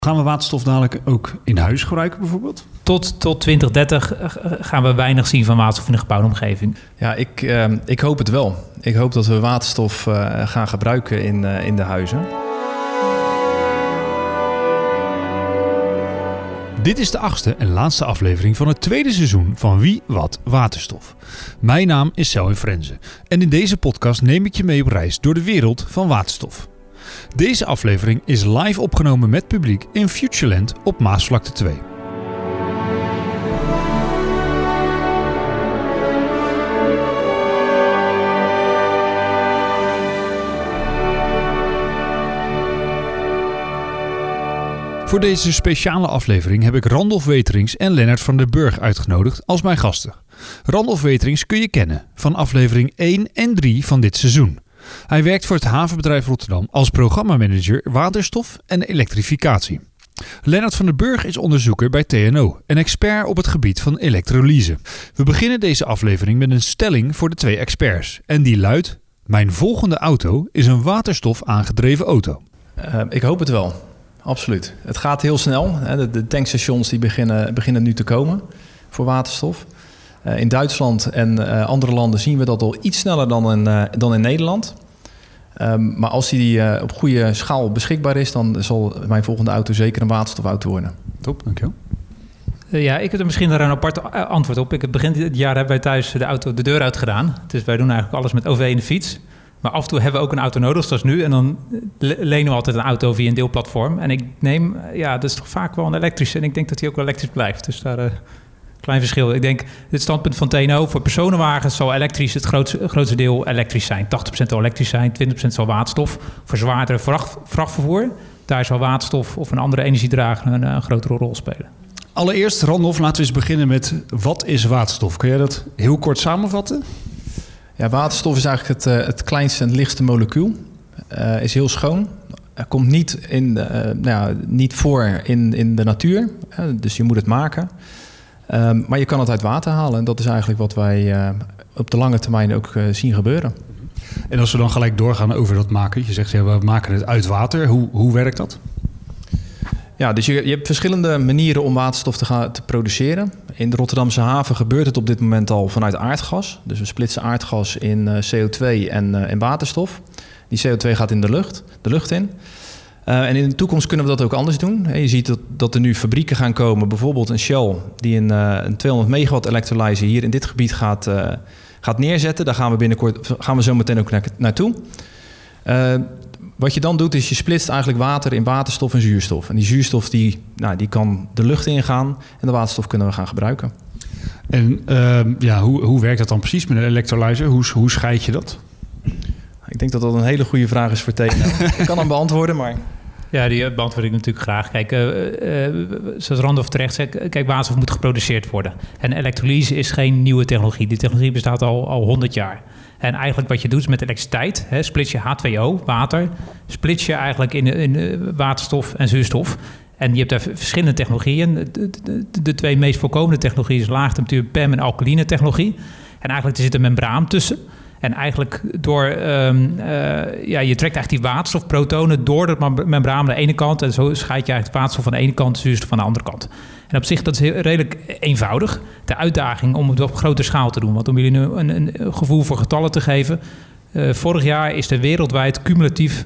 Gaan we waterstof dadelijk ook in huis gebruiken bijvoorbeeld? Tot 2030 gaan we weinig zien van waterstof in de gebouwde omgeving. Ja, ik hoop het wel. Ik hoop dat we waterstof gaan gebruiken in de huizen. Dit is de 8e en laatste aflevering van het tweede seizoen van Wie Wat Waterstof. Mijn naam is Selwyn Frenze en in deze podcast neem ik je mee op reis door de wereld van waterstof. Deze aflevering is live opgenomen met publiek in Futureland op Maasvlakte 2. Voor deze speciale aflevering heb ik Randolph Weterings en Lennart van der Burg uitgenodigd als mijn gasten. Randolph Weterings kun je kennen van aflevering 1 en 3 van dit seizoen. Hij werkt voor het havenbedrijf Rotterdam als programmamanager waterstof en elektrificatie. Lennart van der Burg is onderzoeker bij TNO en expert op het gebied van elektrolyse. We beginnen deze aflevering met een stelling voor de twee experts. En die luidt: mijn volgende auto is een waterstof aangedreven auto. Ik hoop het wel. Absoluut. Het gaat heel snel. De tankstations die beginnen nu te komen voor waterstof. In Duitsland en andere landen zien we dat al iets sneller dan in Nederland. Maar als die op goede schaal beschikbaar is, dan zal mijn volgende auto zeker een waterstofauto worden. Top, dankjewel. Ja, ik heb er misschien daar een apart antwoord op. Begin dit jaar hebben wij thuis de auto de deur uit gedaan. Dus wij doen eigenlijk alles met OV en de fiets. Maar af en toe hebben we ook een auto nodig, zoals nu. En dan lenen we altijd een auto via een deelplatform. En ik neem, dat is toch vaak wel een elektrische. En ik denk dat die ook wel elektrisch blijft. Dus daar klein verschil. Ik denk, het standpunt van TNO voor personenwagens zal elektrisch het grootste deel elektrisch zijn. 80% zal elektrisch zijn, 20% zal waterstof. Voor zwaardere vrachtvervoer, daar zal waterstof of een andere energiedrager een grotere rol spelen. Allereerst, Randolph, laten we eens beginnen met wat is waterstof? Kun jij dat heel kort samenvatten? Ja, waterstof is eigenlijk het kleinste en lichtste molecuul. Is heel schoon. Komt niet voor in de natuur. Dus je moet het maken. Maar je kan het uit water halen. En dat is eigenlijk wat wij op de lange termijn ook zien gebeuren. En als we dan gelijk doorgaan over dat maken. Je zegt, we maken het uit water. Hoe werkt dat? Ja, dus je hebt verschillende manieren om waterstof te produceren. In de Rotterdamse haven gebeurt het op dit moment al vanuit aardgas. Dus we splitsen aardgas in CO2 en waterstof. Die CO2 gaat in de lucht in. En in de toekomst kunnen we dat ook anders doen. Je ziet dat er nu fabrieken gaan komen. Bijvoorbeeld een Shell die een 200 megawatt electrolyzer hier in dit gebied gaat neerzetten. Daar gaan we zo meteen ook naartoe. Wat je dan doet is je splitst eigenlijk water in waterstof en zuurstof. En die zuurstof die kan de lucht ingaan en de waterstof kunnen we gaan gebruiken. En hoe werkt dat dan precies met een electrolyzer? Hoe scheid je dat? Ik denk dat dat een hele goede vraag is voor TNO. Ik kan hem beantwoorden, maar... Ja, die beantwoord ik natuurlijk graag. Kijk, zoals Randolph terecht zegt, waterstof moet geproduceerd worden. En elektrolyse is geen nieuwe technologie. Die technologie bestaat al 100 jaar. En eigenlijk wat je doet is met elektriciteit, splits je H2O, water, splits je eigenlijk in waterstof en zuurstof. En je hebt daar verschillende technologieën. De twee meest voorkomende technologieën is laagtemperatuur PEM en alkaline technologie. En eigenlijk er zit een membraan tussen. En eigenlijk je trekt eigenlijk die waterstofprotonen door dat membraan aan de ene kant. En zo scheid je eigenlijk waterstof aan de ene kant, zuurstof aan de andere kant. En op zich, dat is redelijk eenvoudig. De uitdaging om het op grote schaal te doen. Want om jullie nu een gevoel voor getallen te geven. Vorig jaar is er wereldwijd cumulatief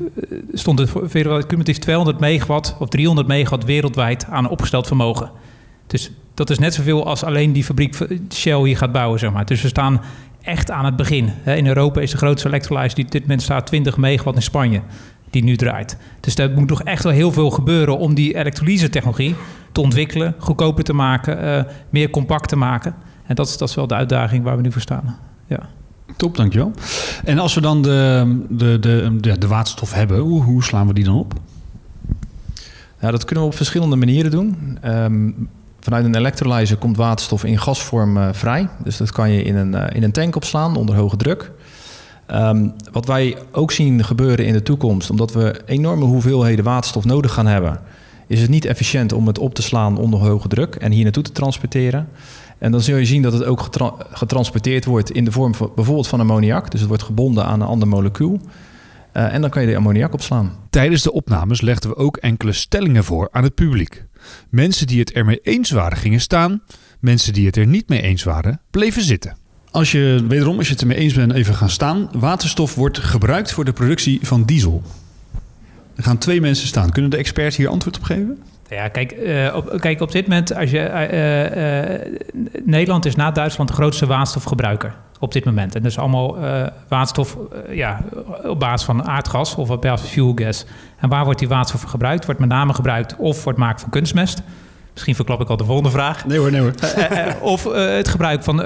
200 megawatt of 300 megawatt wereldwijd aan opgesteld vermogen. Dus dat is net zoveel als alleen die fabriek Shell hier gaat bouwen, zeg maar. Dus we staan echt aan het begin. In Europa is de grootste electrolyzer die op dit moment staat 20 megawatt in Spanje, die nu draait. Dus er moet nog echt wel heel veel gebeuren om die elektrolyse-technologie te ontwikkelen, goedkoper te maken, meer compact te maken. En dat is wel de uitdaging waar we nu voor staan. Ja. Top, dankjewel. En als we dan de waterstof hebben, hoe slaan we die dan op? Nou, dat kunnen we op verschillende manieren doen. Vanuit een electrolyzer komt waterstof in gasvorm vrij. Dus dat kan je in een tank opslaan onder hoge druk. Wat wij ook zien gebeuren in de toekomst, omdat we enorme hoeveelheden waterstof nodig gaan hebben, is het niet efficiënt om het op te slaan onder hoge druk en hier naartoe te transporteren. En dan zul je zien dat het ook getransporteerd wordt in de vorm van, bijvoorbeeld van ammoniak. Dus het wordt gebonden aan een ander molecuul. En dan kan je de ammoniak opslaan. Tijdens de opnames legden we ook enkele stellingen voor aan het publiek. Mensen die het ermee eens waren gingen staan. Mensen die het er niet mee eens waren bleven zitten. Als je het ermee eens bent, even gaan staan. Waterstof wordt gebruikt voor de productie van diesel. Er gaan 2 mensen staan. Kunnen de experts hier antwoord op geven? Ja, kijk, op dit moment, Nederland is na Duitsland de grootste waterstofgebruiker op dit moment. En dat is allemaal waterstof op basis van aardgas of op basis van fuelgas. En waar wordt die waterstof gebruikt? Wordt met name gebruikt of voor het maken van kunstmest. Misschien verklap ik al de volgende vraag. Nee hoor. Of het gebruik van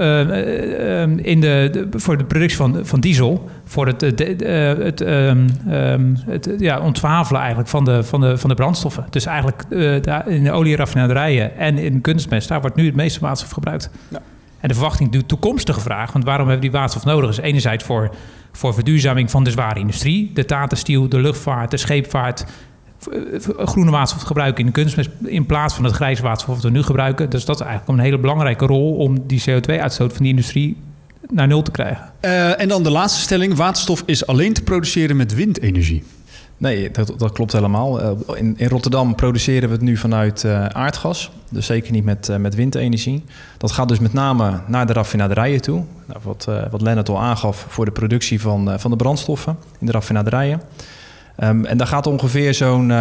voor de productie van diesel, voor het ontwafelen eigenlijk van de brandstoffen. Dus eigenlijk in de olieraffinaderijen en in kunstmest, daar wordt nu het meeste waterstof gebruikt. Ja. En de verwachting, de toekomstige vraag, want waarom hebben we die waterstof nodig, is enerzijds voor verduurzaming van de zware industrie, de Tata Steel, de luchtvaart, de scheepvaart, groene waterstof gebruiken in de kunstmest in plaats van het grijze waterstof dat we nu gebruiken. Dus dat is eigenlijk een hele belangrijke rol om die CO2-uitstoot van die industrie naar 0 te krijgen. En dan de laatste stelling. Waterstof is alleen te produceren met windenergie. Nee, dat klopt helemaal. In Rotterdam produceren we het nu vanuit aardgas. Dus zeker niet met windenergie. Dat gaat dus met name naar de raffinaderijen toe. Nou, wat Lennart al aangaf voor de productie van de brandstoffen in de raffinaderijen. En daar gaat ongeveer zo'n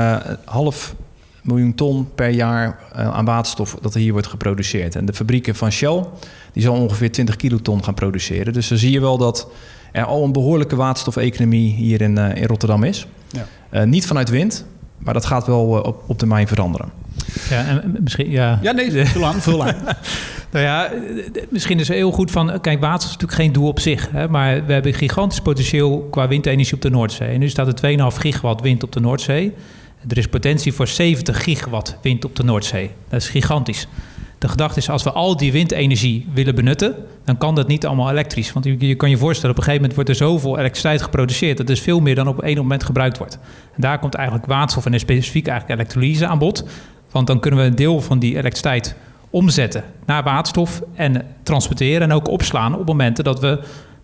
500.000 ton per jaar aan waterstof dat er hier wordt geproduceerd. En de fabrieken van Shell, die zal ongeveer 20 kiloton gaan produceren. Dus dan zie je wel dat er al een behoorlijke waterstofeconomie hier in Rotterdam is. Ja. Niet vanuit wind, maar dat gaat wel op termijn veranderen. Ja, en misschien... Ja, nee, vul aan. Nou ja, misschien is het heel goed van... Kijk, waterstof is natuurlijk geen doel op zich. Hè, maar we hebben gigantisch potentieel qua windenergie op de Noordzee. En nu staat er 2,5 gigawatt wind op de Noordzee. Er is potentie voor 70 gigawatt wind op de Noordzee. Dat is gigantisch. De gedachte is, als we al die windenergie willen benutten, dan kan dat niet allemaal elektrisch. Want je kan je voorstellen, op een gegeven moment wordt er zoveel elektriciteit geproduceerd. Dat is veel meer dan op één moment gebruikt wordt. En daar komt eigenlijk waterstof en specifiek eigenlijk elektrolyse aan bod. Want dan kunnen we een deel van die elektriciteit omzetten naar waterstof en transporteren en ook opslaan op momenten dat we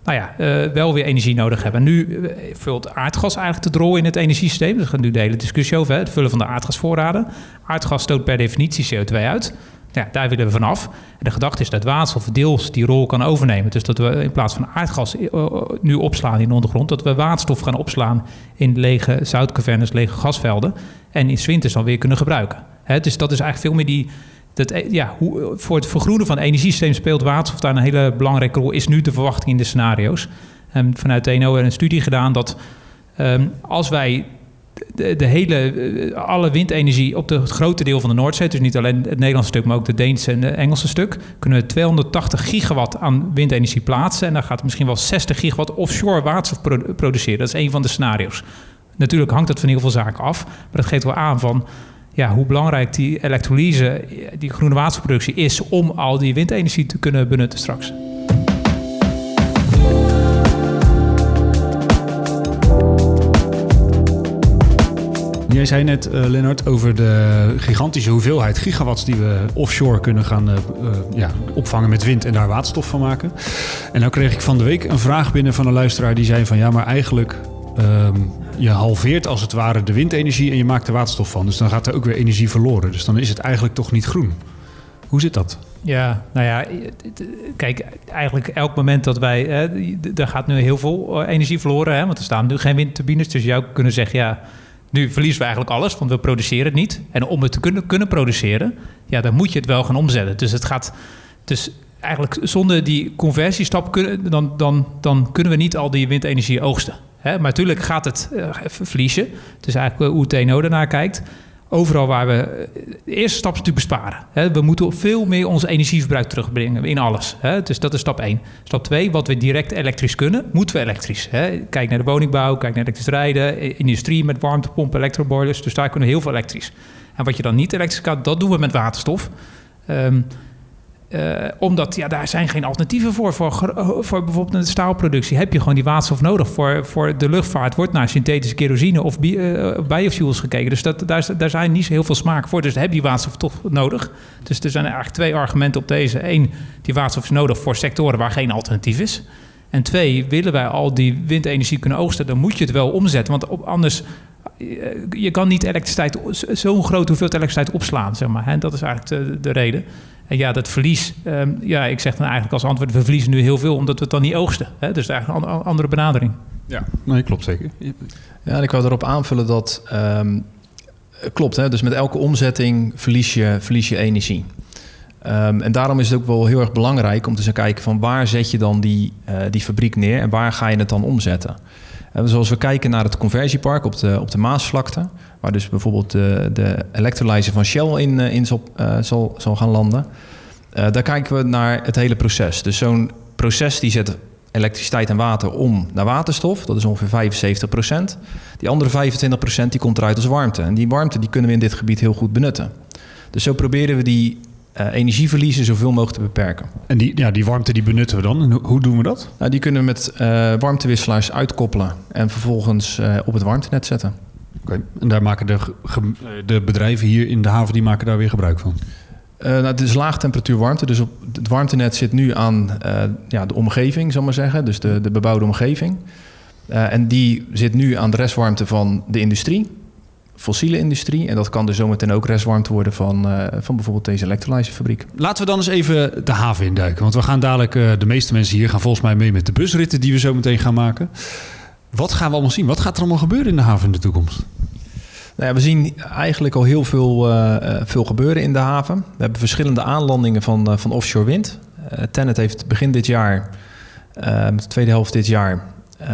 wel weer energie nodig hebben. En nu vult aardgas eigenlijk de rol in het energiesysteem. Daar gaat nu de hele discussie over, het vullen van de aardgasvoorraden. Aardgas stoot per definitie CO2 uit. Ja, daar willen we vanaf. En de gedachte is dat waterstof deels die rol kan overnemen. Dus dat we in plaats van aardgas nu opslaan in de ondergrond, dat we waterstof gaan opslaan in lege zoutcavernes, lege gasvelden. En in 's winters dan weer kunnen gebruiken. Dus dat is eigenlijk veel meer voor het vergroenen van het energiesysteem speelt waterstof daar een hele belangrijke rol. Is nu de verwachting in de scenario's. Vanuit TNO een studie gedaan dat als wij alle windenergie op het grote deel van de Noordzee, dus niet alleen het Nederlandse stuk, maar ook de Deense en de Engelse stuk, kunnen we 280 gigawatt aan windenergie plaatsen. En dan gaat misschien wel 60 gigawatt offshore waterstof produceren. Dat is een van de scenario's. Natuurlijk hangt dat van heel veel zaken af, maar dat geeft wel aan van hoe belangrijk die elektrolyse, die groene waterstofproductie is om al die windenergie te kunnen benutten straks. Jij zei net, Lennart, over de gigantische hoeveelheid gigawatts die we offshore kunnen gaan opvangen met wind en daar waterstof van maken. En nou kreeg ik van de week een vraag binnen van een luisteraar die zei van ja, maar eigenlijk je halveert als het ware de windenergie en je maakt er waterstof van. Dus dan gaat er ook weer energie verloren. Dus dan is het eigenlijk toch niet groen. Hoe zit dat? Ja, nou ja, kijk, eigenlijk elk moment dat wij... er gaat nu heel veel energie verloren, want er staan nu geen windturbines. Dus je zou kunnen zeggen, nu verliezen we eigenlijk alles, want we produceren het niet. En om het te kunnen produceren, dan moet je het wel gaan omzetten. Dus het gaat... Dus eigenlijk zonder die conversiestap dan kunnen we niet al die windenergie oogsten. Maar natuurlijk gaat het verliezen. Dus eigenlijk hoe TNO daarnaar kijkt. Overal waar we... De eerste stap is natuurlijk besparen. We moeten veel meer ons energieverbruik terugbrengen in alles. Dus dat is stap 1. Stap 2, wat we direct elektrisch kunnen, moeten we elektrisch. Kijk naar de woningbouw, kijk naar elektrisch rijden, industrie met warmtepompen, elektroboilers. Dus daar kunnen we heel veel elektrisch. En wat je dan niet elektrisch kan, dat doen we met waterstof. Omdat daar zijn geen alternatieven voor bijvoorbeeld de staalproductie. Heb je gewoon die waterstof nodig. Voor de luchtvaart wordt naar synthetische kerosine of biofuels gekeken. Dus daar zijn niet zo heel veel smaken voor. Dus daar heb je die waterstof toch nodig. Dus er zijn eigenlijk 2 argumenten op deze. 1, die waterstof is nodig voor sectoren waar geen alternatief is. En 2, willen wij al die windenergie kunnen oogsten, dan moet je het wel omzetten. Want anders, je kan niet zo'n grote hoeveelheid elektriciteit opslaan, zeg maar. En dat is eigenlijk de reden. En ja, dat verlies, ik zeg dan eigenlijk als antwoord, we verliezen nu heel veel omdat we het dan niet oogsten. Hè? Dus eigenlijk een andere benadering. Ja, nee, klopt zeker. Ja, en ik wou erop aanvullen dat klopt. Hè? Dus met elke omzetting verlies je energie. En daarom is het ook wel heel erg belangrijk om te gaan kijken van waar zet je dan die fabriek neer en waar ga je het dan omzetten. Zoals we kijken naar het conversiepark op de Maasvlakte, waar dus bijvoorbeeld de electrolyzer van Shell in zal gaan landen. Daar kijken we naar het hele proces. Dus zo'n proces die zet elektriciteit en water om naar waterstof. Dat is ongeveer 75%. Die andere 25% die komt eruit als warmte. En die warmte die kunnen we in dit gebied heel goed benutten. Dus zo proberen we die energieverliezen zoveel mogelijk te beperken. En die warmte die benutten we dan? En hoe doen we dat? Nou, die kunnen we met warmtewisselaars uitkoppelen en vervolgens op het warmtenet zetten. Oké. En daar maken de bedrijven hier in de haven die maken daar weer gebruik van? Het is laagtemperatuur warmte. Dus op het warmtenet zit nu aan de omgeving, zal ik maar zeggen. Dus de bebouwde omgeving. En die zit nu aan de restwarmte van de industrie. Fossiele industrie. En dat kan dus zometeen ook restwarmte worden van bijvoorbeeld deze electrolyzerfabriek. Laten we dan eens even de haven induiken. Want we gaan dadelijk, de meeste mensen hier gaan volgens mij mee met de busritten die we zo meteen gaan maken. Wat gaan we allemaal zien? Wat gaat er allemaal gebeuren in de haven in de toekomst? Nou ja, we zien eigenlijk al heel veel gebeuren in de haven. We hebben verschillende aanlandingen van offshore wind. TenneT heeft begin dit jaar, de tweede helft dit jaar,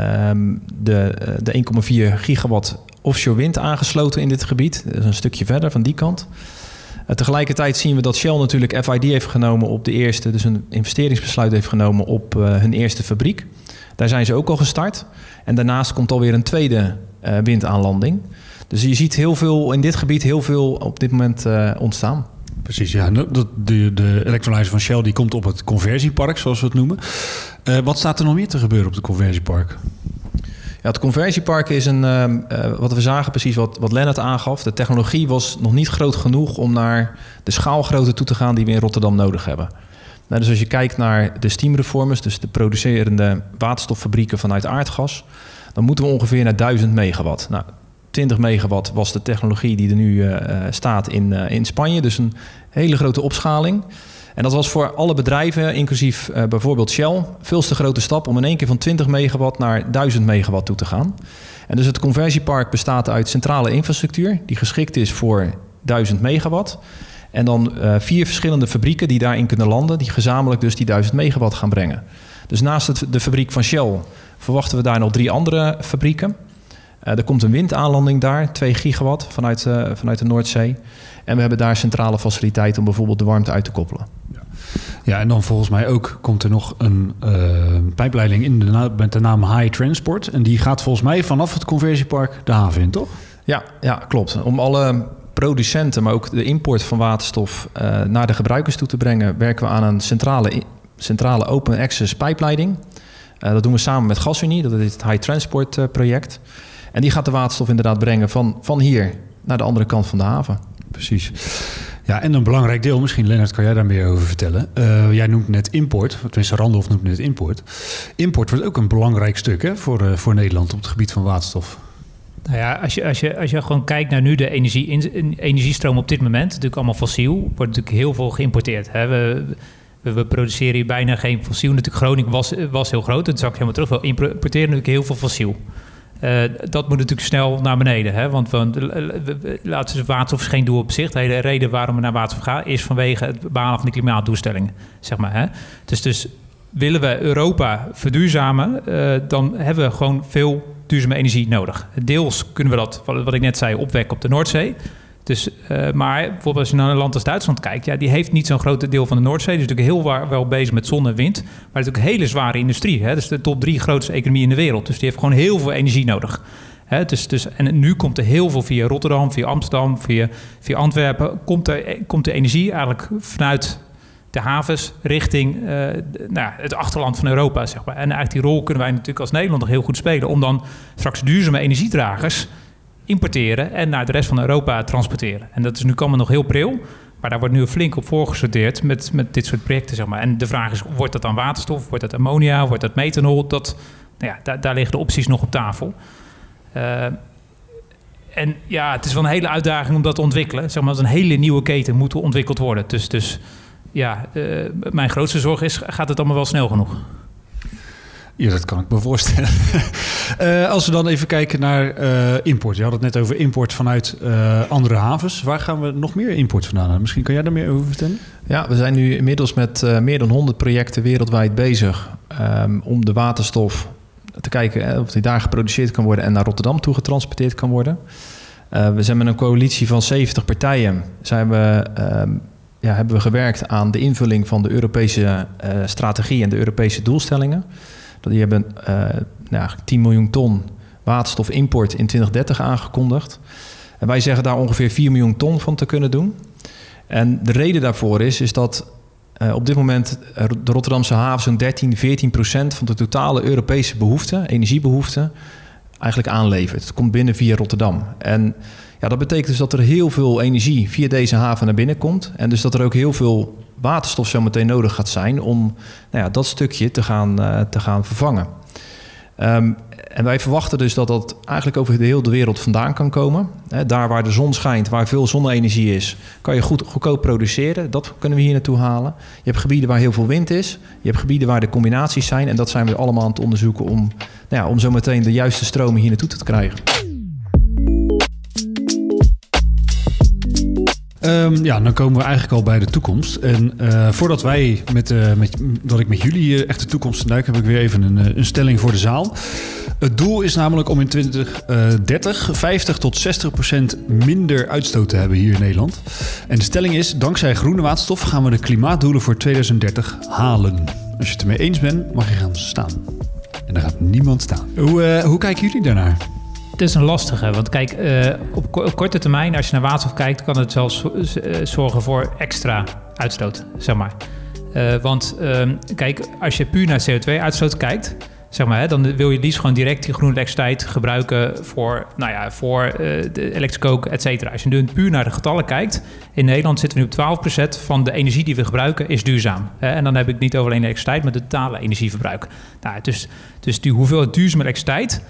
de 1,4 gigawatt offshore wind aangesloten in dit gebied. Dat is een stukje verder van die kant. Tegelijkertijd zien we dat Shell natuurlijk FID heeft genomen op de eerste, dus een investeringsbesluit heeft genomen op hun eerste fabriek. Daar zijn ze ook al gestart. En daarnaast komt alweer een tweede windaanlanding. Dus je ziet heel veel in dit gebied, heel veel op dit moment ontstaan. Precies, ja. De electrolyzer van Shell die komt op het conversiepark, zoals we het noemen. Wat staat er nog meer te gebeuren op het conversiepark? Ja, het conversiepark is wat we zagen, precies wat Lennart aangaf. De technologie was nog niet groot genoeg om naar de schaalgrootte toe te gaan die we in Rotterdam nodig hebben. Nou, dus als je kijkt naar de steamreformers, dus de producerende waterstoffabrieken vanuit aardgas, dan moeten we ongeveer naar 1000 megawatt. Nou, 20 megawatt was de technologie die er nu staat in Spanje. Dus een hele grote opschaling. En dat was voor alle bedrijven, inclusief bijvoorbeeld Shell, veel te grote stap om in één keer van 20 megawatt naar 1000 megawatt toe te gaan. En dus het conversiepark bestaat uit centrale infrastructuur die geschikt is voor 1000 megawatt. En dan 4 verschillende fabrieken die daarin kunnen landen, die gezamenlijk dus die 1000 megawatt gaan brengen. Dus naast de fabriek van Shell verwachten we daar nog 3 andere fabrieken. Er komt een windaanlanding daar, 2 gigawatt vanuit de Noordzee. En we hebben daar centrale faciliteiten om bijvoorbeeld de warmte uit te koppelen. Ja, en dan volgens mij ook komt er nog een pijpleiding met de naam High Transport. En die gaat volgens mij vanaf het conversiepark de haven in, toch? Ja, klopt. Om alle producenten, maar ook de import van waterstof naar de gebruikers toe te brengen, werken we aan een centrale open access pijpleiding. Dat doen we samen met GasUnie, dat is het High Transport project. En die gaat de waterstof inderdaad brengen van hier naar de andere kant van de haven. Precies. Ja, en een belangrijk deel, misschien Lennart, kan jij daar meer over vertellen. Jij noemt net import, tenminste Randolph noemt net import. Import wordt ook een belangrijk stuk hè, voor Nederland op het gebied van waterstof. Nou ja, als je gewoon kijkt naar nu de energiestroom op dit moment, natuurlijk allemaal fossiel, wordt natuurlijk heel veel geïmporteerd. Hè. We produceren hier bijna geen fossiel. Natuurlijk Groningen was heel groot, dat zag ik helemaal terug. We importeren natuurlijk heel veel fossiel. Dat moet natuurlijk snel naar beneden. Hè? Want laten we waterstof is geen doel op zich. De hele reden waarom we naar waterstof gaan is vanwege het behalen van de klimaatdoelstellingen. Zeg maar, hè? Dus willen we Europa verduurzamen, dan hebben we gewoon veel duurzame energie nodig. Deels kunnen we dat, wat ik net zei, opwekken op de Noordzee. Dus, maar bijvoorbeeld als je naar een land als Duitsland kijkt, ja, die heeft niet zo'n groot deel van de Noordzee. Die is natuurlijk heel wel bezig met zon en wind. Maar het is natuurlijk een hele zware industrie. Hè? Dus de top 3 grootste economie in de wereld. Dus die heeft gewoon heel veel energie nodig. Hè? En nu komt er heel veel via Rotterdam, via Amsterdam, via Antwerpen. Komt de energie eigenlijk vanuit de havens richting het achterland van Europa, zeg maar. En eigenlijk die rol kunnen wij natuurlijk als Nederland nog heel goed spelen. Om dan straks duurzame energiedragers importeren en naar de rest van Europa transporteren. En dat is nu allemaal nog heel pril. Maar daar wordt nu flink op voorgesorteerd met dit soort projecten, zeg maar. En de vraag is, wordt dat dan waterstof? Wordt dat ammonia? Wordt dat methanol? Daar liggen de opties nog op tafel. En ja, het is wel een hele uitdaging om dat te ontwikkelen. Zeg maar, dat een hele nieuwe keten moet ontwikkeld worden. Dus mijn grootste zorg is, gaat het allemaal wel snel genoeg? Ja, dat kan ik me voorstellen. Als we dan even kijken naar import. Je had het net over import vanuit andere havens. Waar gaan we nog meer import vandaan halen? Misschien kan jij daar meer over vertellen? Ja, we zijn nu inmiddels met meer dan 100 projecten wereldwijd bezig om de waterstof te kijken of die daar geproduceerd kan worden en naar Rotterdam toe getransporteerd kan worden. We zijn met een coalitie van 70 partijen hebben we gewerkt aan de invulling van de Europese strategie en de Europese doelstellingen. Die hebben 10 miljoen ton waterstofimport in 2030 aangekondigd. En wij zeggen daar ongeveer 4 miljoen ton van te kunnen doen. En de reden daarvoor is dat op dit moment de Rotterdamse haven zo'n 13-14% van de totale Europese energiebehoefte, eigenlijk aanlevert. Het komt binnen via Rotterdam. En ja, dat betekent dus dat er heel veel energie via deze haven naar binnen komt. En dus dat er ook heel veel waterstof zo meteen nodig gaat zijn om dat stukje te gaan vervangen. En wij verwachten dus dat dat eigenlijk over de hele wereld vandaan kan komen. Daar waar de zon schijnt, waar veel zonne-energie is, kan je goedkoop produceren. Dat kunnen we hier naartoe halen. Je hebt gebieden waar heel veel wind is. Je hebt gebieden waar de combinaties zijn. En dat zijn we allemaal aan het onderzoeken om zo meteen de juiste stromen hier naartoe te krijgen. Dan komen we eigenlijk al bij de toekomst. En voordat wij dat ik met jullie echt de toekomst duik, heb ik weer even een stelling voor de zaal. Het doel is namelijk om in 2030 50-60% minder uitstoot te hebben hier in Nederland. En de stelling is, dankzij groene waterstof gaan we de klimaatdoelen voor 2030 halen. Als je het ermee eens bent, mag je gaan staan. En daar gaat niemand staan. Hoe kijken jullie daarnaar? Het is een lastige, want kijk, op korte termijn, als je naar waterstof kijkt, kan het zelfs zorgen voor extra uitstoot, zeg maar. Want kijk, als je puur naar CO2-uitstoot kijkt, zeg maar, dan wil je liefst gewoon direct die groene elektriciteit gebruiken voor de elektrocoke, et cetera. Als je nu puur naar de getallen kijkt, in Nederland zitten we nu op 12% van de energie die we gebruiken is duurzaam. En dan heb ik het niet over alleen elektriciteit, maar de totale energieverbruik. Dus die hoeveelheid duurzame elektriciteit,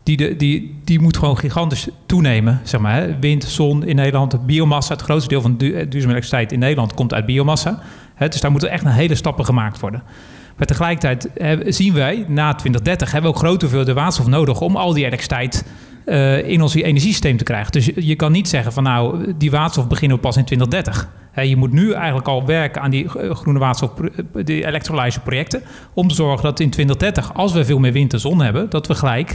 die moet gewoon gigantisch toenemen. Zeg maar, hè. Wind, zon in Nederland, de biomassa. Het grootste deel van de duurzame elektriciteit in Nederland komt uit biomassa. Dus daar moeten echt een hele stappen gemaakt worden. Maar tegelijkertijd zien wij, na 2030 hebben we ook grote hoeveelheden waterstof nodig om al die elektriciteit in ons energiesysteem te krijgen. Dus je kan niet zeggen van die waterstof beginnen we pas in 2030. Je moet nu eigenlijk al werken aan die groene waterstof, die electrolyse projecten, om te zorgen dat in 2030, als we veel meer wind en zon hebben, dat we gelijk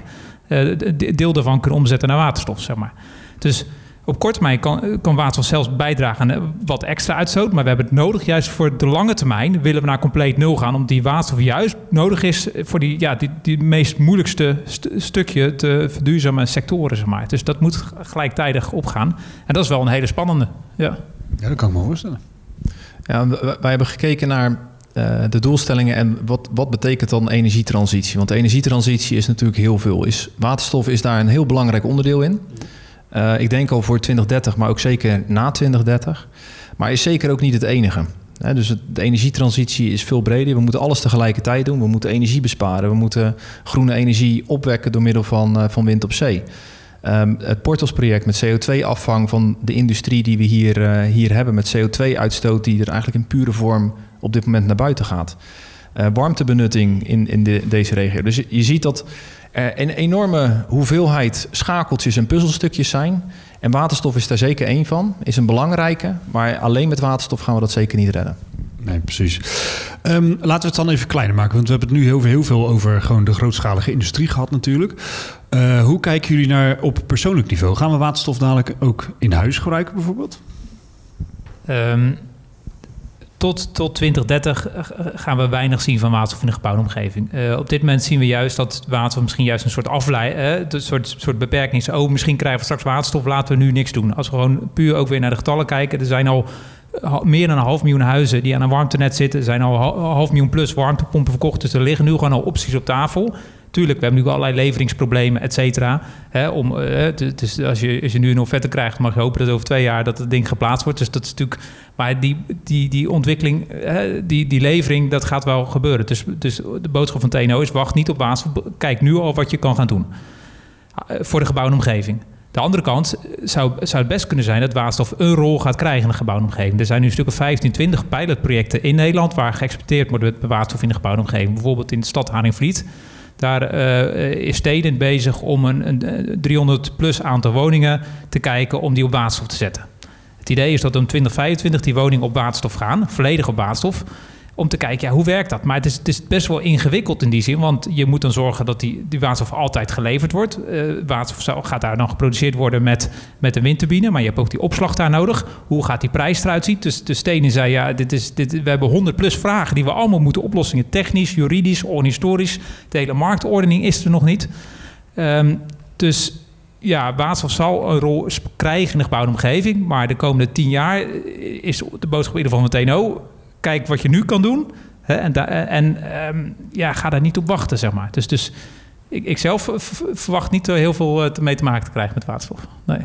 deel daarvan kunnen omzetten naar waterstof, zeg maar. Dus op korte termijn kan waterstof zelfs bijdragen aan wat extra uitstoot, maar we hebben het nodig juist voor de lange termijn, willen we naar compleet nul gaan, omdat die waterstof juist nodig is voor die meest moeilijkste stukje te verduurzamen sectoren, zeg maar. Dus dat moet gelijktijdig opgaan. En dat is wel een hele spannende, ja. Ja, dat kan ik me voorstellen. Ja, wij hebben gekeken naar de doelstellingen en wat betekent dan energietransitie? Want de energietransitie is natuurlijk heel veel. Waterstof is daar een heel belangrijk onderdeel in. Ik denk al voor 2030, maar ook zeker na 2030. Maar is zeker ook niet het enige. Dus de energietransitie is veel breder. We moeten alles tegelijkertijd doen. We moeten energie besparen. We moeten groene energie opwekken door middel van wind op zee. Het Portos-project met CO2-afvang van de industrie die we hier hebben, met CO2-uitstoot die er eigenlijk in pure vorm op dit moment naar buiten gaat. Warmtebenutting in deze regio. Dus je ziet dat er een enorme hoeveelheid schakeltjes en puzzelstukjes zijn. En waterstof is daar zeker één van, is een belangrijke. Maar alleen met waterstof gaan we dat zeker niet redden. Nee, precies. Laten we het dan even kleiner maken. Want we hebben het nu heel veel over gewoon de grootschalige industrie gehad natuurlijk. Hoe kijken jullie naar op persoonlijk niveau? Gaan we waterstof dadelijk ook in huis gebruiken bijvoorbeeld? Tot 2030 gaan we weinig zien van waterstof in de gebouwde omgeving. Op dit moment zien we juist dat waterstof misschien juist een soort een soort beperking is. Misschien krijgen we straks waterstof, laten we nu niks doen. Als we gewoon puur ook weer naar de getallen kijken, er zijn al meer dan 500.000 huizen die aan een warmtenet zitten. Er zijn al 500.000 plus warmtepompen verkocht. Dus er liggen nu gewoon al opties op tafel tuurlijk, we hebben nu allerlei leveringsproblemen, et cetera. Dus als je nu een offerte krijgt, mag je hopen dat over 2 jaar dat het ding geplaatst wordt. Dus dat is natuurlijk... Maar die ontwikkeling, die levering, dat gaat wel gebeuren. Dus de boodschap van TNO is, wacht niet op waterstof. Kijk nu al wat je kan gaan doen voor de gebouwde omgeving. De andere kant zou het best kunnen zijn dat waterstof een rol gaat krijgen in de gebouwde omgeving. Er zijn nu een stuk of 15, 20 pilotprojecten in Nederland waar geëxperimenteerd wordt met waterstof in de gebouwde omgeving. Bijvoorbeeld in de stad Haringvliet. Daar is Stedin bezig om een 300+ aantal woningen te kijken om die op waterstof te zetten. Het idee is dat om 2025 die woningen op waterstof gaan, volledig op waterstof. Om te kijken, hoe werkt dat? Maar het is best wel ingewikkeld in die zin, want je moet dan zorgen dat die waterstof altijd geleverd wordt. Waterstof gaat daar dan geproduceerd worden met een windturbine, maar je hebt ook die opslag daar nodig. Hoe gaat die prijs eruit zien? Dus de Stedin zei, we hebben 100+ vragen die we allemaal moeten oplossen. Technisch, juridisch, organisatorisch. De hele marktordening is er nog niet. Dus ja, waterstof zal een rol krijgen in de gebouwde omgeving, maar de komende 10 jaar is de boodschap in ieder geval van TNO... Kijk wat je nu kan doen ga daar niet op wachten, zeg maar. Dus ik zelf verwacht niet heel veel mee te maken te krijgen met waterstof. Nee.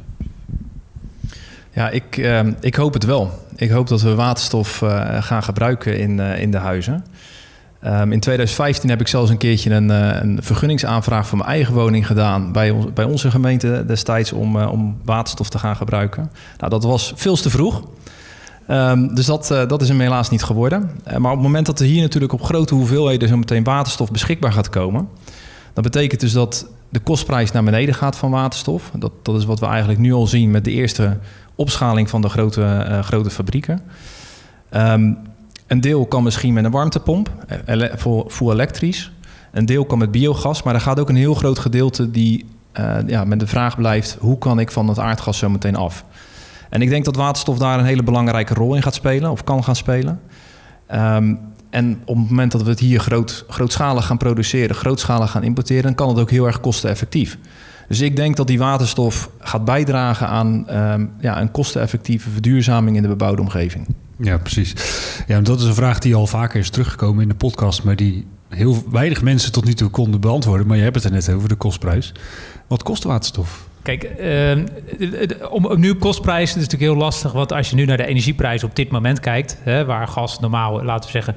Ja, ik hoop het wel. Ik hoop dat we waterstof gaan gebruiken in de huizen. In 2015 heb ik zelfs een keertje een vergunningsaanvraag voor mijn eigen woning gedaan bij onze gemeente destijds om waterstof te gaan gebruiken. Nou, dat was veel te vroeg. Dus dat is hem helaas niet geworden. Maar op het moment dat er hier natuurlijk op grote hoeveelheden zo meteen waterstof beschikbaar gaat komen, dat betekent dus dat de kostprijs naar beneden gaat van waterstof. Dat is wat we eigenlijk nu al zien met de eerste opschaling van de grote fabrieken. Een deel kan misschien met een warmtepomp, full elektrisch. Een deel kan met biogas, maar er gaat ook een heel groot gedeelte die met de vraag blijft, hoe kan ik van het aardgas zo meteen af? En ik denk dat waterstof daar een hele belangrijke rol in gaat spelen, of kan gaan spelen. En op het moment dat we het hier grootschalig gaan produceren, grootschalig gaan importeren, dan kan het ook heel erg kosteneffectief. Dus ik denk dat die waterstof gaat bijdragen aan een kosteneffectieve verduurzaming in de bebouwde omgeving. Ja, precies. Ja, dat is een vraag die al vaker is teruggekomen in de podcast, maar die heel weinig mensen tot nu toe konden beantwoorden. Maar je hebt het er net over, de kostprijs. Wat kost waterstof? Kijk, om nu kostprijs, dat is natuurlijk heel lastig. Want als je nu naar de energieprijs op dit moment kijkt, waar gas normaal, laten we zeggen,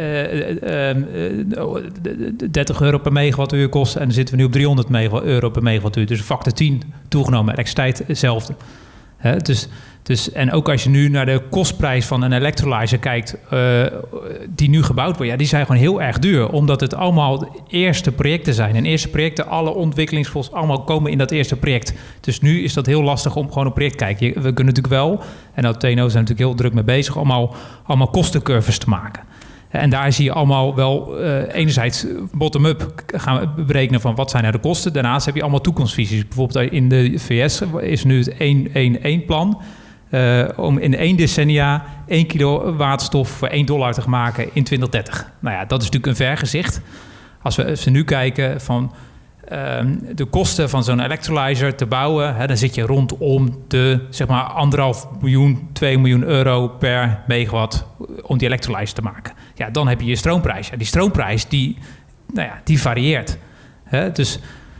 €30 per megawattuur kost. En dan zitten we nu op €300 per megawattuur. Dus een factor 10 toegenomen. Elektriciteit hetzelfde. Dus, en ook als je nu naar de kostprijs van een electrolyzer kijkt, die nu gebouwd wordt, die zijn gewoon heel erg duur. Omdat het allemaal eerste projecten zijn. En eerste projecten, alle ontwikkelingskosten, allemaal komen in dat eerste project. Dus nu is dat heel lastig om gewoon een project te kijken. We kunnen natuurlijk wel, en dat TNO zijn natuurlijk heel druk mee bezig, allemaal kostencurves te maken. En daar zie je allemaal wel enerzijds bottom-up gaan we berekenen van wat zijn nou de kosten. Daarnaast heb je allemaal toekomstvisies. Bijvoorbeeld in de VS is nu het 1-1-1-plan. Om in 1 decennia 1 kilo waterstof voor $1 te maken in 2030. Nou ja, dat is natuurlijk een vergezicht. Als we nu kijken van de kosten van zo'n electrolyzer te bouwen, dan zit je rondom de zeg maar 1,5 miljoen, 2 miljoen euro per megawatt om die electrolyzer te maken. Ja, dan heb je je stroomprijs. Ja, die stroomprijs die varieert. Dus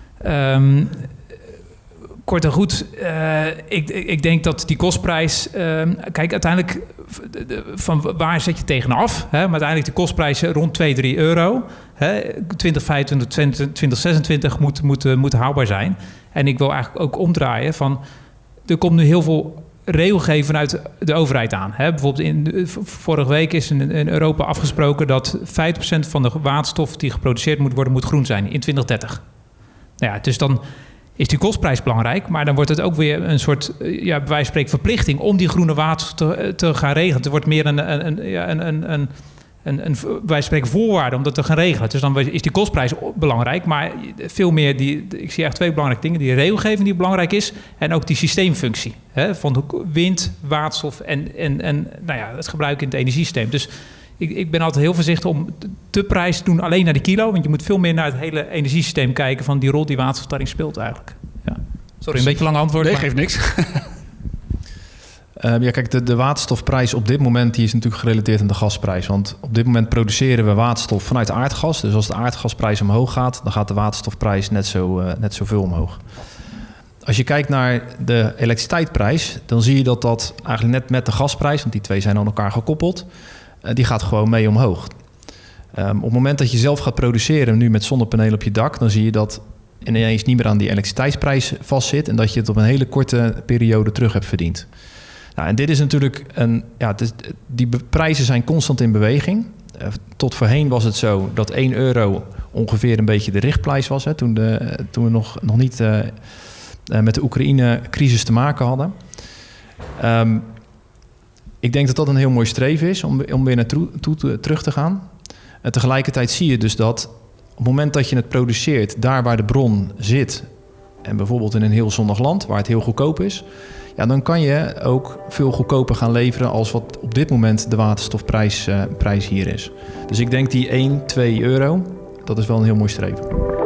kort en goed, ik denk dat die kostprijs... kijk, uiteindelijk, van waar zet je tegenaf? Maar uiteindelijk de kostprijzen rond 2-3 euro. 2025, 2026 moet haalbaar zijn. En ik wil eigenlijk ook omdraaien van... Er komt nu heel veel regelgeving vanuit de overheid aan. Bijvoorbeeld vorige week is in Europa afgesproken dat 50% van de waterstof die geproduceerd moet worden, moet groen zijn in 2030. Nou ja, dus dan is die kostprijs belangrijk, maar dan wordt het ook weer een soort, bij wijze van spreken, verplichting om die groene waterstof te gaan regelen. Het wordt meer een bij wijze van spreken voorwaarde om dat te gaan regelen. Dus dan is die kostprijs belangrijk, maar veel meer ik zie echt 2 belangrijke dingen. Die regelgeving die belangrijk is en ook die systeemfunctie. Van wind, waterstof en het gebruik in het energiesysteem. Dus ik ben altijd heel voorzichtig om de prijs te doen alleen naar de kilo. Want je moet veel meer naar het hele energiesysteem kijken van die rol die waterstof daarin speelt eigenlijk. Ja. Sorry, een beetje lang antwoord. Nee, geeft niks. Kijk, de waterstofprijs op dit moment die is natuurlijk gerelateerd aan de gasprijs. Want op dit moment produceren we waterstof vanuit aardgas. Dus als de aardgasprijs omhoog gaat, dan gaat de waterstofprijs net zoveel omhoog. Als je kijkt naar de elektriciteitsprijs, dan zie je dat eigenlijk net met de gasprijs, want die twee zijn aan elkaar gekoppeld, die gaat gewoon mee omhoog. Op het moment dat je zelf gaat produceren, nu met zonnepanelen op je dak, dan zie je dat ineens niet meer aan die elektriciteitsprijs vastzit en dat je het op een hele korte periode terug hebt verdiend. Nou, en dit is natuurlijk die prijzen zijn constant in beweging. Tot voorheen was het zo dat €1 ongeveer een beetje de richtprijs was, hè, toen we nog niet met de Oekraïne-crisis te maken hadden. Ik denk dat dat een heel mooi streven is om weer terug te gaan. En tegelijkertijd zie je dus dat op het moment dat je het produceert, daar waar de bron zit, en bijvoorbeeld in een heel zonnig land waar het heel goedkoop is, ja, dan kan je ook veel goedkoper gaan leveren als wat op dit moment de waterstofprijs hier is. Dus ik denk die €1-2, dat is wel een heel mooi streven.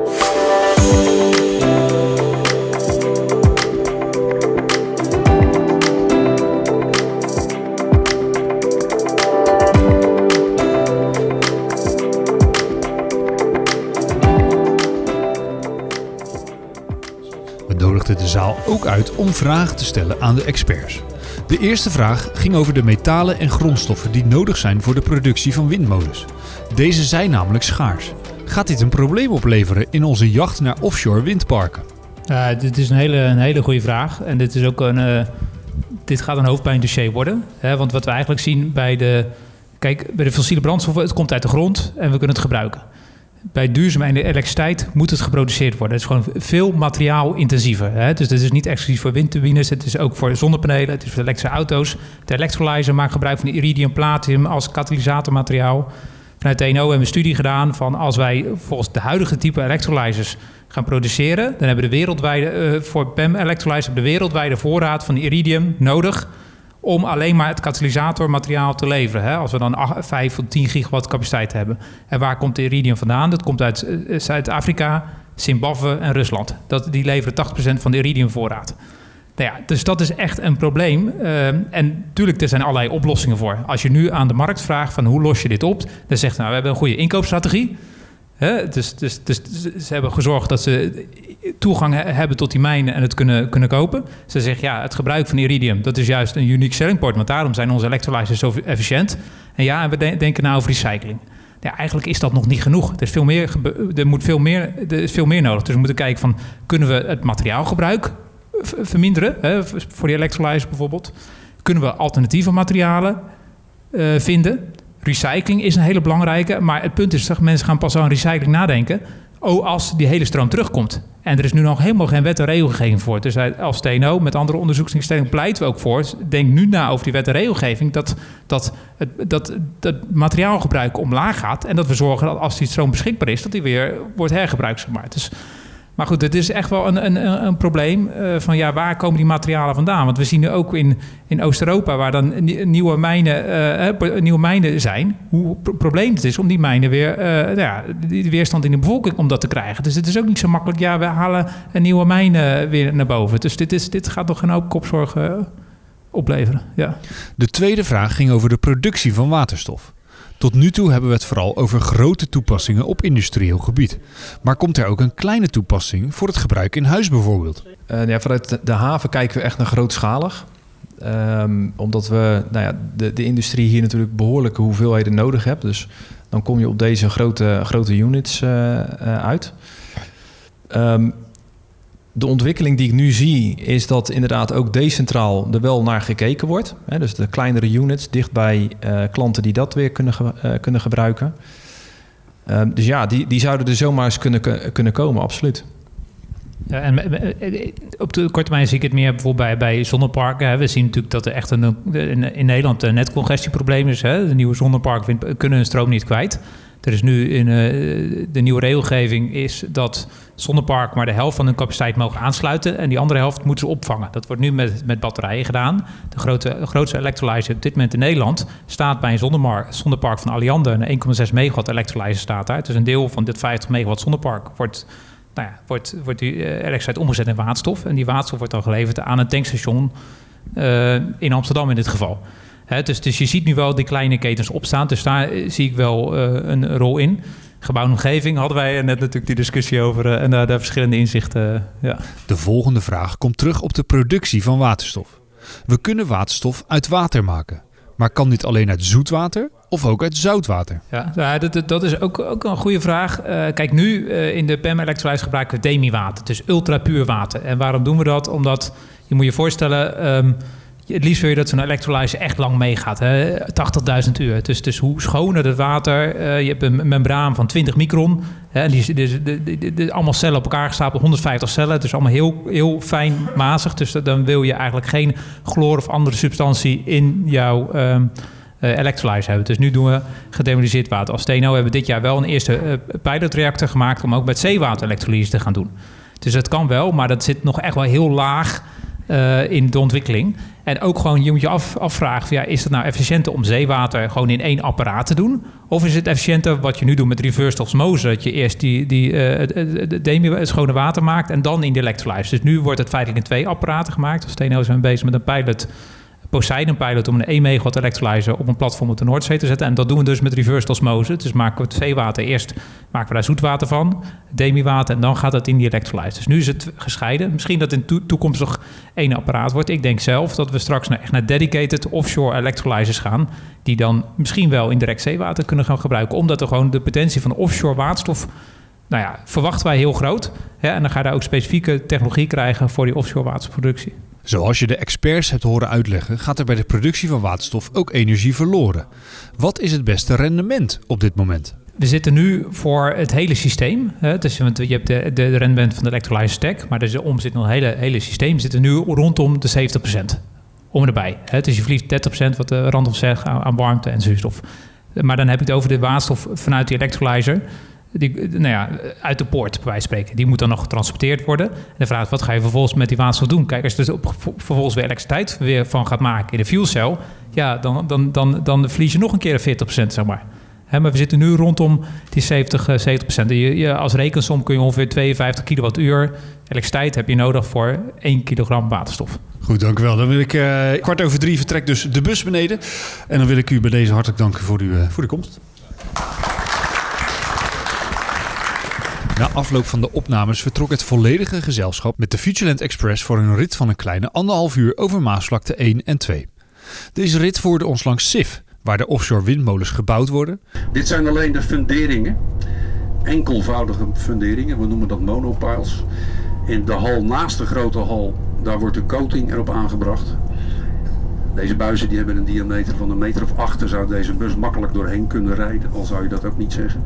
De zaal ook uit om vragen te stellen aan de experts. De eerste vraag ging over de metalen en grondstoffen die nodig zijn voor de productie van windmolens. Deze zijn namelijk schaars. Gaat dit een probleem opleveren in onze jacht naar offshore windparken? Dit is een hele goede vraag. En dit is ook dit gaat een hoofdpijndossier worden. Hè? Want wat we eigenlijk zien bij de fossiele brandstoffen, het komt uit de grond en we kunnen het gebruiken. Bij duurzame elektriciteit moet het geproduceerd worden. Het is gewoon veel materiaalintensiever. Hè? Dus dit is niet exclusief voor windturbines. Het is ook voor zonnepanelen. Het is voor elektrische auto's. De electrolyzer maakt gebruik van iridium platinum als katalysatormateriaal. Vanuit TNO hebben we een studie gedaan van als wij volgens de huidige type electrolyzers gaan produceren, dan hebben we de wereldwijde voor PEM electrolyzer de wereldwijde voorraad van iridium nodig om alleen maar het katalysatormateriaal te leveren. Hè? Als we dan 5 tot 10 gigawatt capaciteit hebben. En waar komt de iridium vandaan? Dat komt uit Zuid-Afrika, Zimbabwe en Rusland. Die leveren 80% van de iridiumvoorraad. Nou ja, dus dat is echt een probleem. En natuurlijk, er zijn allerlei oplossingen voor. Als je nu aan de markt vraagt van hoe los je dit op, dan zegt we hebben een goede inkoopstrategie. Dus ze hebben gezorgd dat ze toegang hebben tot die mijnen en het kunnen kopen. Ze zeggen het gebruik van iridium, dat is juist een unique selling point, want daarom zijn onze electrolyzers zo efficiënt. En we denken na over recycling. Ja, eigenlijk is dat nog niet genoeg. Er is veel meer nodig. Dus we moeten kijken van, kunnen we het materiaalgebruik verminderen? Voor die electrolyzer bijvoorbeeld. Kunnen we alternatieve materialen vinden? Recycling is een hele belangrijke, maar het punt is dat mensen gaan pas aan recycling nadenken als die hele stroom terugkomt. En er is nu nog helemaal geen wet en regelgeving voor. Dus als TNO met andere onderzoeksinstellingen pleiten we ook voor. Denk nu na over die wet en regelgeving dat het materiaalgebruik omlaag gaat en dat we zorgen dat als die stroom beschikbaar is, dat die weer wordt hergebruikt. Zeg maar. Maar goed, het is echt wel een probleem van waar komen die materialen vandaan? Want we zien nu ook in Oost-Europa, waar dan nieuwe mijnen zijn, hoe probleem het is om die mijnen weer, die weerstand in de bevolking om dat te krijgen. Dus het is ook niet zo makkelijk, we halen een nieuwe mijn weer naar boven. Dus dit gaat nog een hoop kopzorgen opleveren. Ja. De tweede vraag ging over de productie van waterstof. Tot nu toe hebben we het vooral over grote toepassingen op industrieel gebied. Maar komt er ook een kleine toepassing voor het gebruik in huis bijvoorbeeld? Vanuit de haven kijken we echt naar grootschalig. Omdat we de industrie hier natuurlijk behoorlijke hoeveelheden nodig hebt. Dus dan kom je op deze grote units uit. De ontwikkeling die ik nu zie is dat inderdaad ook decentraal er wel naar gekeken wordt. Dus de kleinere units dicht bij klanten die dat weer kunnen gebruiken. Dus die zouden er zomaar eens kunnen komen, absoluut. Ja, en op de korte termijn zie ik het meer bijvoorbeeld bij zonneparken. We zien natuurlijk dat er echt in Nederland een netcongestieprobleem is. De nieuwe zonneparken kunnen hun stroom niet kwijt. Er is nu in de nieuwe regelgeving is dat zonneparken maar de helft van hun capaciteit mogen aansluiten en die andere helft moeten ze opvangen. Dat wordt nu met batterijen gedaan. De grootste electrolyzer op dit moment in Nederland staat bij een zonnepark van Alliander. Een 1,6 megawatt electrolyzer staat daar. Dus een deel van dit 50 megawatt zonnepark wordt die elektriciteit omgezet in waterstof. En die waterstof wordt dan geleverd aan een tankstation in Amsterdam in dit geval. Dus je ziet nu wel die kleine ketens opstaan. Dus daar zie ik wel een rol in. Gebouwde omgeving hadden wij net natuurlijk die discussie over en daar verschillende inzichten. Ja. De volgende vraag komt terug op de productie van waterstof. We kunnen waterstof uit water maken. Maar kan dit alleen uit zoetwater of ook uit zoutwater? Ja, dat is ook een goede vraag. Kijk, nu in de PEM Electrolyse gebruiken we demi-water. Dus ultrapuur water. En waarom doen we dat? Omdat, je moet je voorstellen, het liefst wil je dat zo'n electrolyse echt lang meegaat. 80.000 uur. Dus hoe schoner het water. Je hebt een membraan van 20 micron. En die allemaal cellen op elkaar gestapeld. 150 cellen. Dus allemaal heel, heel fijn mazig. Dus dan wil je eigenlijk geen chloor of andere substantie in jouw electrolyse hebben. Dus nu doen we gedemoniseerd water. Als TNO hebben we dit jaar wel een eerste pilotreactor gemaakt om ook met zeewater elektrolyse te gaan doen. Dus dat kan wel, maar dat zit nog echt wel heel laag in de ontwikkeling. En ook gewoon, je moet je afvragen, van, is het nou efficiënter om zeewater gewoon in één apparaat te doen? Of is het efficiënter wat je nu doet met reverse osmose, dat je eerst het schone water maakt en dan in de electrolyse. Dus nu wordt het feitelijk in 2 apparaten gemaakt. Als TNO zijn we bezig met een pilot, Poseidon pilot, om een 1 megawatt electrolyzer op een platform op de Noordzee te zetten. En dat doen we dus met reverse osmose. Dus maken we het zeewater eerst, maken we daar zoetwater van, demi-water, en dan gaat het in die electrolyzer. Dus nu is het gescheiden. Misschien dat in toekomst nog 1 apparaat wordt. Ik denk zelf dat we straks echt naar dedicated offshore electrolyzers gaan, die dan misschien wel indirect zeewater kunnen gaan gebruiken, omdat er gewoon de potentie van offshore waterstof, verwachten wij heel groot. En dan ga je daar ook specifieke technologie krijgen voor die offshore waterstofproductie. Zoals je de experts hebt horen uitleggen, gaat er bij de productie van waterstof ook energie verloren. Wat is het beste rendement op dit moment? We zitten nu voor het hele systeem. Dus, want je hebt de rendement van de electrolyzer stack, maar er zit nog het hele systeem. We zitten nu rondom de 70%. Om en erbij. Dus je verliest 30%, wat Randolph zegt, aan warmte en zuurstof. Maar dan heb ik het over de waterstof vanuit die electrolyzer. Uit de poort, bij wijze van spreken. Die moet dan nog getransporteerd worden. En de vraag is, wat ga je vervolgens met die waterstof doen? Kijk, als je er vervolgens weer elektriciteit weer van gaat maken in de fuelcel, dan verlies je nog een keer 40%, zeg maar. Maar we zitten nu rondom die 70%. Als rekensom kun je ongeveer 52 kilowattuur elektriciteit heb je nodig voor 1 kilogram waterstof. Goed, dank u wel. Dan wil ik 2:15 vertrekt dus de bus beneden. En dan wil ik u bij deze hartelijk danken voor de komst. Na afloop van de opnames vertrok het volledige gezelschap met de Futureland Express voor een rit van een kleine 1,5 uur over Maasvlakte 1 en 2. Deze rit voerde ons langs Sif, waar de offshore windmolens gebouwd worden. Dit zijn alleen de funderingen, enkelvoudige funderingen, we noemen dat monopiles. In de hal naast de grote hal, daar wordt de coating erop aangebracht. Deze buizen die hebben een diameter van 1,8 meter. Daar zou deze bus makkelijk doorheen kunnen rijden, al zou je dat ook niet zeggen.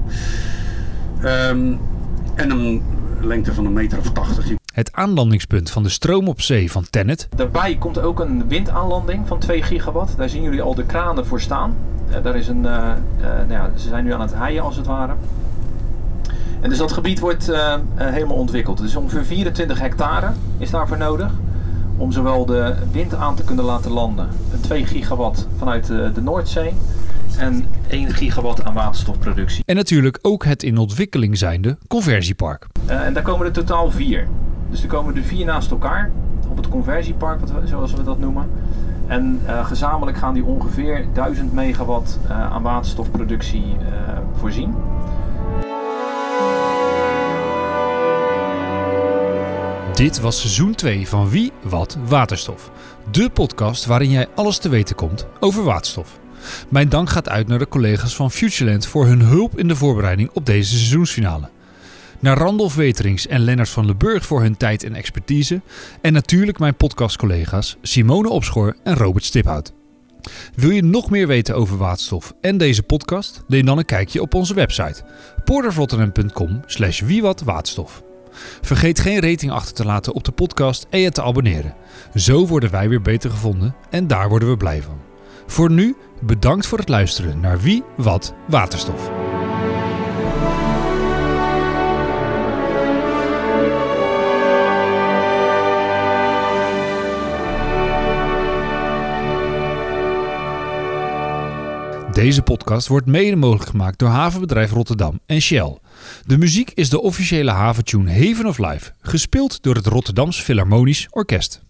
En een lengte van 1,80 meter. Het aanlandingspunt van de stroom op zee van TenneT. Daarbij komt ook een windaanlanding van 2 gigawatt. Daar zien jullie al de kranen voor staan. Daar is ze zijn nu aan het heien als het ware. En dus dat gebied wordt helemaal ontwikkeld. Dus ongeveer 24 hectare is daarvoor nodig om zowel de wind aan te kunnen laten landen. 2 gigawatt vanuit de Noordzee. En 1 gigawatt aan waterstofproductie. En natuurlijk ook het in ontwikkeling zijnde conversiepark. En daar komen er totaal 4. Dus er komen er 4 naast elkaar op het conversiepark, zoals we dat noemen. En gezamenlijk gaan die ongeveer 1000 megawatt aan waterstofproductie voorzien. Dit was seizoen 2 van Wie, Wat, Waterstof. De podcast waarin jij alles te weten komt over waterstof. Mijn dank gaat uit naar de collega's van Futureland voor hun hulp in de voorbereiding op deze seizoensfinale. Naar Randolph Weterings en Lennart van Leburg voor hun tijd en expertise. En natuurlijk mijn podcastcollega's Simone Opschoor en Robert Stiphout. Wil je nog meer weten over waterstof en deze podcast? Neem dan een kijkje op onze website porterofrotterdam.com/wiewatwaterstof. Vergeet geen rating achter te laten op de podcast en je te abonneren. Zo worden wij weer beter gevonden en daar worden we blij van. Voor nu, bedankt voor het luisteren naar Wie, Wat, Waterstof. Deze podcast wordt mede mogelijk gemaakt door Havenbedrijf Rotterdam en Shell. De muziek is de officiële haventune Haven of Life, gespeeld door het Rotterdams Philharmonisch Orkest.